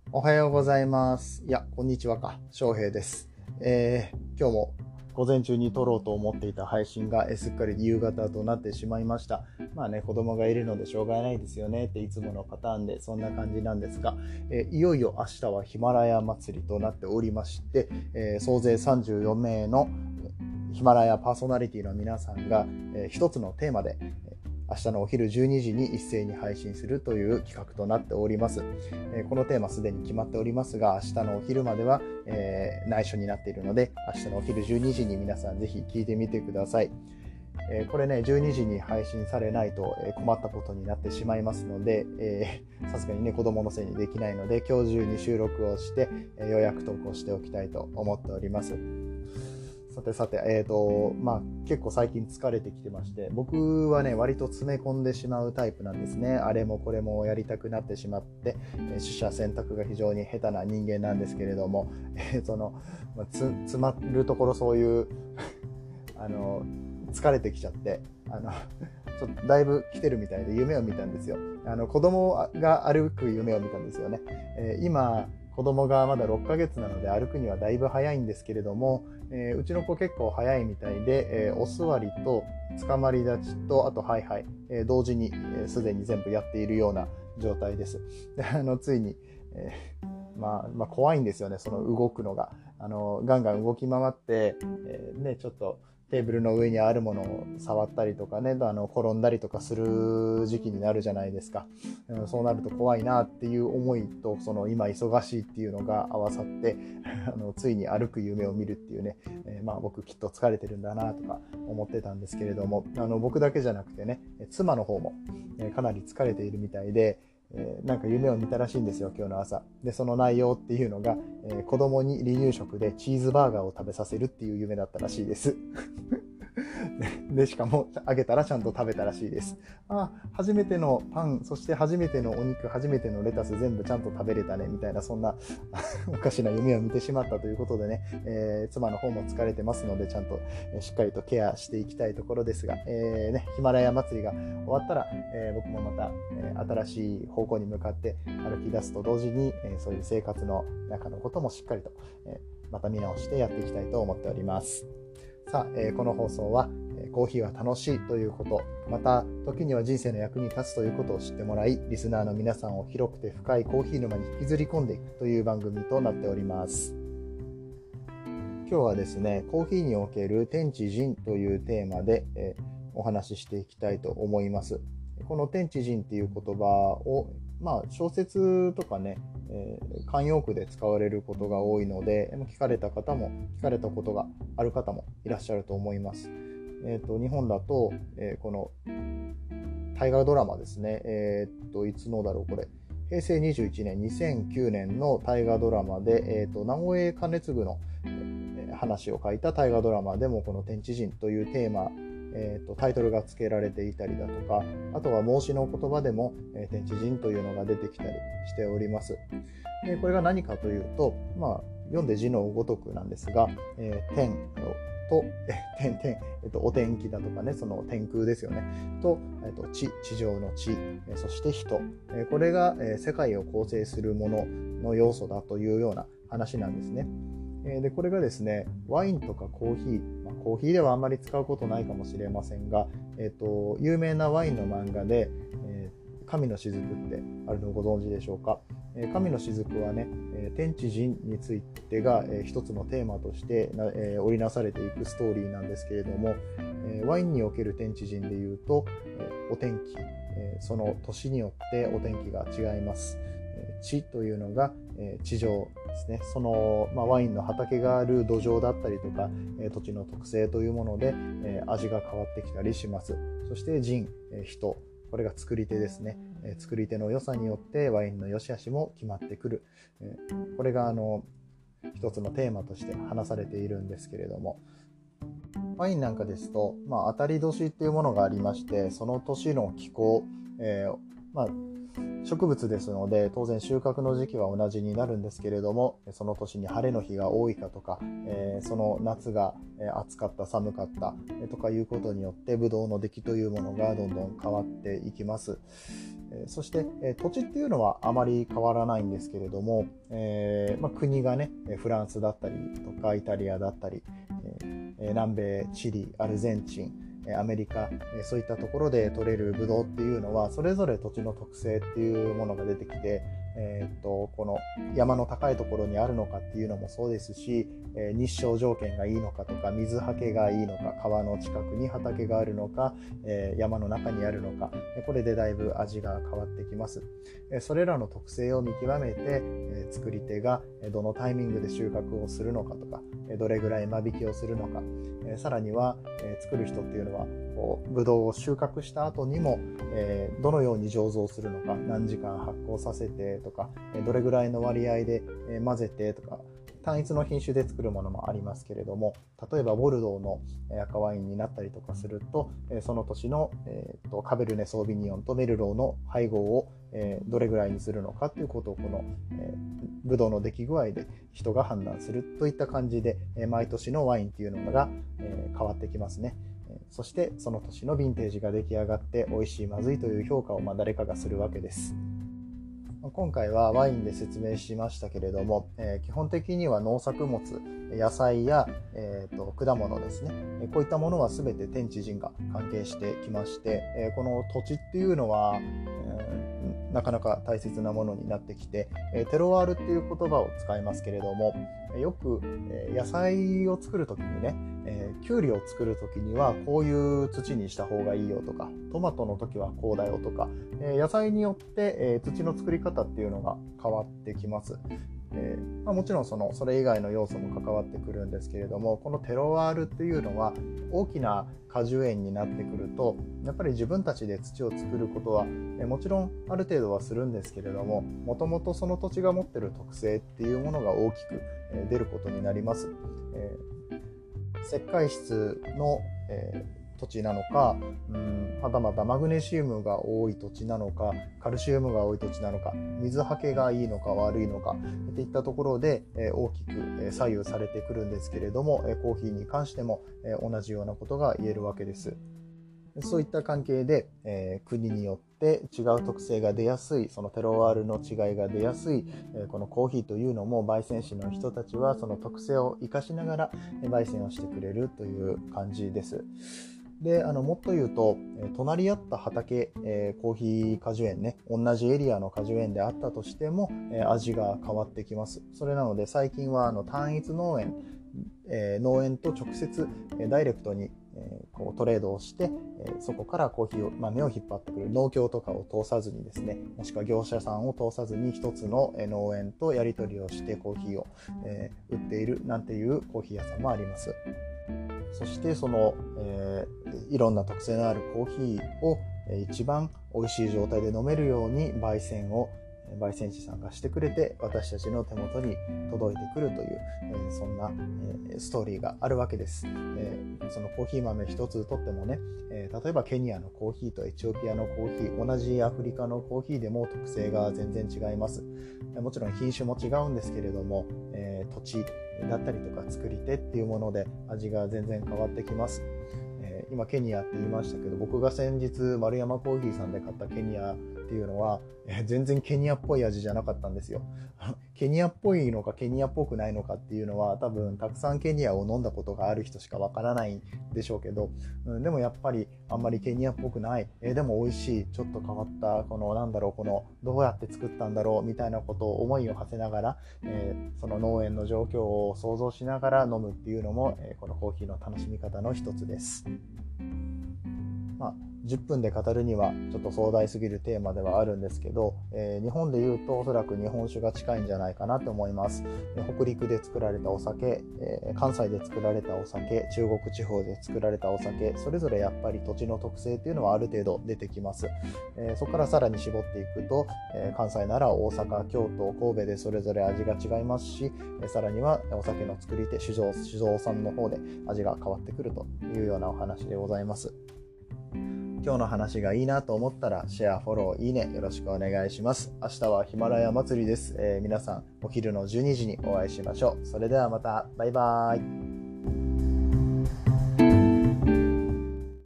おはようございます。いや、こんにちはか。翔平です。今日も午前中に撮ろうと思っていた配信がすっかり夕方となってしまいました。まあね、子供がいるのでしょうがないですよねっていつものパターンでそんな感じなんですが、いよいよ明日はヒマラヤ祭りとなっておりまして、総勢34名のヒマラヤパーソナリティの皆さんが、一つのテーマで明日のお昼12時に一斉に配信するという企画となっております。このテーマすでに決まっておりますが、明日のお昼までは、内緒になっているので、明日のお昼12時に皆さんぜひ聞いてみてください。これね、12時に配信されないと困ったことになってしまいますので、さすがにね、子供のせいにできないので、今日中に収録をして、予約投稿しておきたいと思っております。さて、結構最近疲れてきてまして、僕はね、割と詰め込んでしまうタイプなんですね。あれもこれもやりたくなってしまって、取捨選択が非常に下手な人間なんですけれども、詰まるところそういう疲れてきちゃって、ちょっとだいぶ来てるみたいで夢を見たんですよ。子供が歩く夢を見たんですよね。今子供がまだ6ヶ月なので歩くにはだいぶ早いんですけれども、うちの子結構早いみたいで、お座りとつかまり立ちとあとハイハイ、同時にすでに全部やっているような状態です。でついに、怖いんですよね、その動くのが。ガンガン動き回って、ちょっとテーブルの上にあるものを触ったりとかね、転んだりとかする時期になるじゃないですか。そうなると怖いなっていう思いと、その今忙しいっていうのが合わさってついに歩く夢を見るっていうね、僕きっと疲れてるんだなとか思ってたんですけれども、僕だけじゃなくてね、妻の方もかなり疲れているみたいで、なんか夢を見たらしいんですよ、今日の朝。で、その内容っていうのが、子供に離乳食でチーズバーガーを食べさせるっていう夢だったらしいですでしかもあげたらちゃんと食べたらしいです。初めてのパン、そして初めてのお肉、初めてのレタス全部ちゃんと食べれたねみたいな、そんなおかしな夢を見てしまったということでね、妻の方も疲れてますので、ちゃんとしっかりとケアしていきたいところですが、ヒマラヤ祭りが終わったら、僕もまた、新しい方向に向かって歩き出すと同時に、そういう生活の中のこともしっかりと、また見直してやっていきたいと思っております。さあ、この放送は、コーヒーは楽しいということ、また時には人生の役に立つということを知ってもらい、リスナーの皆さんを広くて深いコーヒー沼に引きずり込んでいくという番組となっております。今日はですね、コーヒーにおける天地人というテーマで、お話ししていきたいと思います。この天地人っていう言葉を小説とかね、慣用句で使われることが多いので、聞かれた方も聞かれたことがある方もいらっしゃると思います。日本だと、この大河ドラマですね、いつのだろうこれ、平成21年2009年の大河ドラマで、直江兼続の話を書いた大河ドラマでもこの天地人というテーマ、タイトルが付けられていたりだとか、あとは孟子の言葉でも、天地人というのが出てきたりしております。これが何かというと、読んで字のごとくなんですが、天とお天気だとかね、その天空ですよね、と地上の地、そして人、これが世界を構成するものの要素だというような話なんですね。でこれがですね、ワインとかコーヒー、コーヒーではあんまり使うことないかもしれませんが、有名なワインの漫画で、神の雫ってあるのをご存知でしょうか。神の雫はね、天地人についてが、一つのテーマとして、織りなされていくストーリーなんですけれども、ワインにおける天地人でいうと、お天気、その年によってお天気が違います。地というのが、地上ですね。その、ワインの畑がある土壌だったりとか、土地の特性というもので、味が変わってきたりします。そして人、人、これが作り手ですね。作り手の良さによってワインの良し悪しも決まってくる。これが一つのテーマとして話されているんですけれども、ワインなんかですと、当たり年っていうものがありまして、その年の気候、 植物ですので当然収穫の時期は同じになるんですけれども、その年に晴れの日が多いかとか、その夏が暑かった寒かったとかいうことによってブドウの出来というものがどんどん変わっていきます。そして土地っていうのはあまり変わらないんですけれども、国がねフランスだったりとかイタリアだったり、南米チリアルゼンチンアメリカ、そういったところで取れるブドウっていうのはそれぞれ土地の特性っていうものが出てきて、この山の高いところにあるのかっていうのもそうですし、日照条件がいいのかとか水はけがいいのか、川の近くに畑があるのか、山の中にあるのか、これでだいぶ味が変わってきます。それらの特性を見極めて、作り手がどのタイミングで収穫をするのかとか、どれぐらい間引きをするのか、さらには作る人っていうのはブドウを収穫した後にもどのように醸造するのか、何時間発酵させてとか、どれぐらいの割合で混ぜてとか、単一の品種で作るものもありますけれども、例えばボルドーの赤ワインになったりとかすると、その年のカベルネ・ソービニオンとメルローの配合をどれぐらいにするのかということをこのブドウの出来具合で人が判断するといった感じで、毎年のワインっていうのが変わってきますね。そしてその年のヴィンテージが出来上がって美味しいまずいという評価を誰かがするわけです。今回はワインで説明しましたけれども、基本的には農作物、野菜や、果物ですね、こういったものは全て天地人が関係してきまして、この土地っていうのは、なかなか大切なものになってきて、テロワールっていう言葉を使いますけれども、よく野菜を作るときにね、キュウリを作るときにはこういう土にした方がいいよとか、トマトの時はこうだよとか、野菜によって土の作り方っていうのが変わってきます。もちろんそれ以外の要素も関わってくるんですけれども、このテロワールっていうのは大きな果樹園になってくると、やっぱり自分たちで土を作ることはもちろんある程度はするんですけれども、もともとその土地が持っている特性っていうものが大きく出ることになります。石灰質の土地なのか、はたまたマグネシウムが多い土地なのか、カルシウムが多い土地なのか、水はけがいいのか悪いのかといったところで大きく左右されてくるんですけれども、コーヒーに関しても同じようなことが言えるわけです。そういった関係で、国によって違う特性が出やすい、そのテロワールの違いが出やすい、このコーヒーというのも焙煎士の人たちはその特性を生かしながら焙煎をしてくれるという感じです。で、もっと言うと、隣り合った畑、コーヒー果樹園ね、同じエリアの果樹園であったとしても、味が変わってきます。それなので最近は単一農園、農園と直接ダイレクトにこうトレードをして、そこからコーヒー豆を引っ張ってくる農協とかを通さずにですね、もしくは業者さんを通さずに一つの農園とやり取りをしてコーヒーを売っているなんていうコーヒー屋さんもあります。そしていろんな特性のあるコーヒーを一番美味しい状態で飲めるように焙煎士さんがしてくれて、私たちの手元に届いてくるという、そんなストーリーがあるわけです。そのコーヒー豆一つとってもね、例えばケニアのコーヒーとエチオピアのコーヒー、同じアフリカのコーヒーでも特性が全然違います。もちろん品種も違うんですけれども、土地だったりとか作り手っていうもので味が全然変わってきます。今ケニアって言いましたけど、僕が先日丸山コーヒーさんで買ったケニアっていうのは全然ケニアっぽい味じゃなかったんですよ。ケニアっぽいのかケニアっぽくないのかっていうのは多分たくさんケニアを飲んだことがある人しかわからないんでしょうけど、でもやっぱりあんまりケニアっぽくない、でも美味しい、ちょっと変わったこのどうやって作ったんだろうみたいなことを思いを馳せながら、その農園の状況を想像しながら飲むっていうのも、このコーヒーの楽しみ方の一つです。10分で語るにはちょっと壮大すぎるテーマではあるんですけど、日本でいうとおそらく日本酒が近いんじゃないかなと思います。北陸で作られたお酒、関西で作られたお酒、中国地方で作られたお酒、それぞれやっぱり土地の特性っていうのはある程度出てきます。そこからさらに絞っていくと、関西なら大阪、京都、神戸でそれぞれ味が違いますし、さらにはお酒の作り手、酒造さんの方で味が変わってくるというようなお話でございます。 今日の話がいいなと思ったらシェア、フォロー、いいねよろしくお願いします。明日はヒマラヤ祭りです。皆さんお昼の12時にお会いしましょう。それではまた。バイバーイ。